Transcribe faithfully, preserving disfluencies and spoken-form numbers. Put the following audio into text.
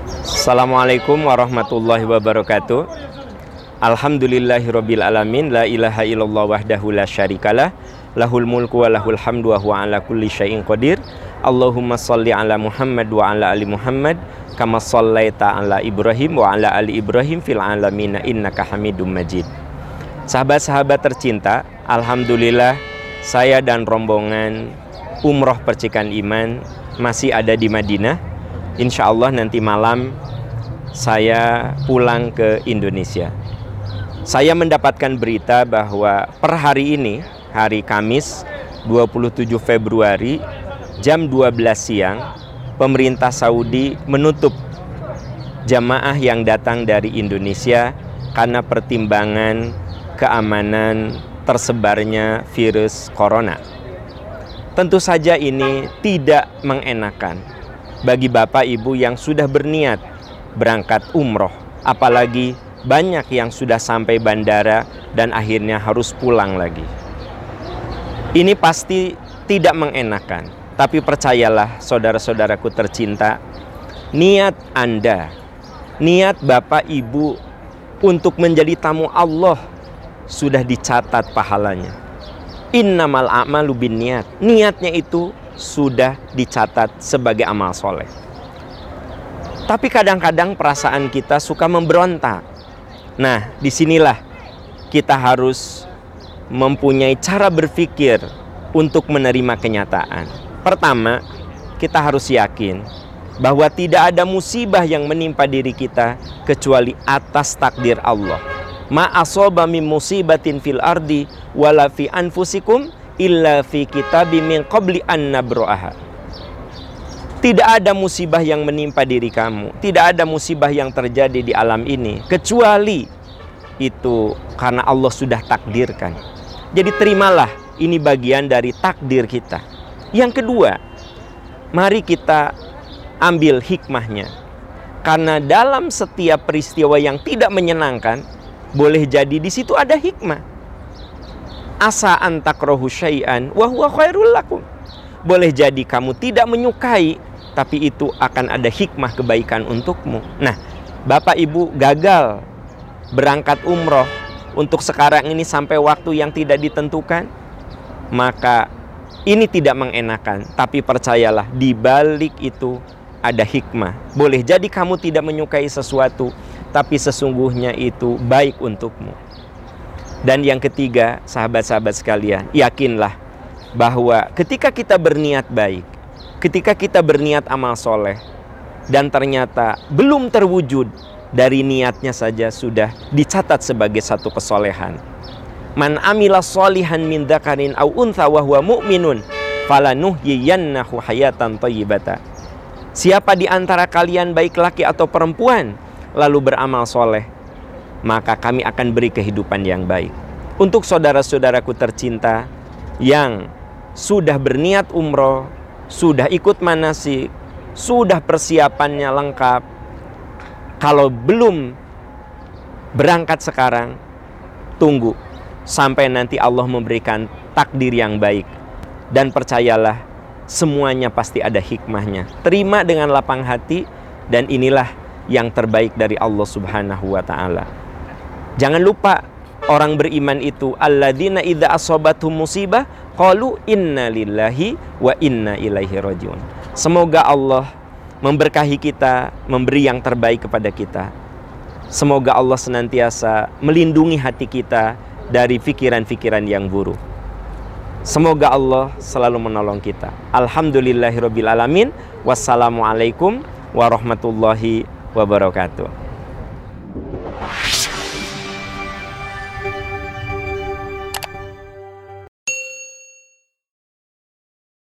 Assalamualaikum warahmatullahi wabarakatuh. Alhamdulillahirabbil alamin, la ilaha illallah wahdahu la syarikalah, lahul mulku wa lahul hamdu wa huwa ala kulli syai'in qadir. Allahumma shalli ala Muhammad wa ala ali Muhammad kama shallaita ala Ibrahim wa ala ali Ibrahim fil alamin innaka Hamidum Majid. Sahabat-sahabat tercinta, alhamdulillah saya dan rombongan umroh percikan iman masih ada di Madinah. Insya Allah nanti malam saya pulang ke Indonesia. Saya mendapatkan berita bahwa per hari ini, hari Kamis dua puluh tujuh Februari jam dua belas siang, pemerintah Saudi menutup jamaah yang datang dari Indonesia karena pertimbangan keamanan tersebarnya virus corona. Tentu saja ini tidak mengenakan bagi Bapak Ibu yang sudah berniat berangkat umroh, apalagi banyak yang sudah sampai bandara dan akhirnya harus pulang lagi. Ini pasti tidak mengenakan, tapi percayalah saudara-saudaraku tercinta, niat Anda, niat Bapak Ibu untuk menjadi tamu Allah sudah dicatat pahalanya. Innamal a'malu binniyat, niatnya itu sudah dicatat sebagai amal soleh. Tapi kadang-kadang perasaan kita suka memberontak. Nah, disinilah kita harus mempunyai cara berpikir untuk menerima kenyataan. Pertama, kita harus yakin bahwa tidak ada musibah yang menimpa diri kita kecuali atas takdir Allah. Ma asaba min musibatin fil ardi wala fi anfusikum illa fi kitabim min qabli an nabra'aha. Tidak ada musibah yang menimpa diri kamu, tidak ada musibah yang terjadi di alam ini kecuali itu karena Allah sudah takdirkan. Jadi terimalah, ini bagian dari takdir kita. Yang kedua, mari kita ambil hikmahnya. Karena dalam setiap peristiwa yang tidak menyenangkan, boleh jadi di situ ada hikmah. Asa antakrahu syai'an wa huwa khairul lakum. Boleh jadi kamu tidak menyukai, tapi itu akan ada hikmah kebaikan untukmu. Nah, Bapak Ibu gagal berangkat umroh untuk sekarang ini sampai waktu yang tidak ditentukan, maka ini tidak mengenakan. Tapi percayalah, di balik itu ada hikmah. Boleh jadi kamu tidak menyukai sesuatu, tapi sesungguhnya itu baik untukmu. Dan yang ketiga, sahabat-sahabat sekalian, yakinlah bahwa ketika kita berniat baik, ketika kita berniat amal soleh, dan ternyata belum terwujud, dari niatnya saja sudah dicatat sebagai satu kesolehan. Man amila sholihan min dzakarin aw untha wa huwa mu'minun falanuhyiyannahu hayatan thayyibata. Siapa di antara kalian baik laki atau perempuan lalu beramal soleh, maka kami akan beri kehidupan yang baik. Untuk saudara-saudaraku tercinta yang sudah berniat umroh, sudah ikut manasik, sudah persiapannya lengkap, kalau belum berangkat sekarang, tunggu sampai nanti Allah memberikan takdir yang baik. Dan percayalah, semuanya pasti ada hikmahnya. Terima dengan lapang hati, dan inilah yang terbaik dari Allah Subhanahu wa ta'ala. Jangan lupa, orang beriman itu alladzina idza asabathum musibah qalu inna lillahi wa inna ilaihi rajiun. Semoga Allah memberkahi kita, memberi yang terbaik kepada kita. Semoga Allah senantiasa melindungi hati kita dari pikiran-pikiran yang buruk. Semoga Allah selalu menolong kita. Alhamdulillahirabbil alamin. Wassalamualaikum warahmatullahi wabarakatuh.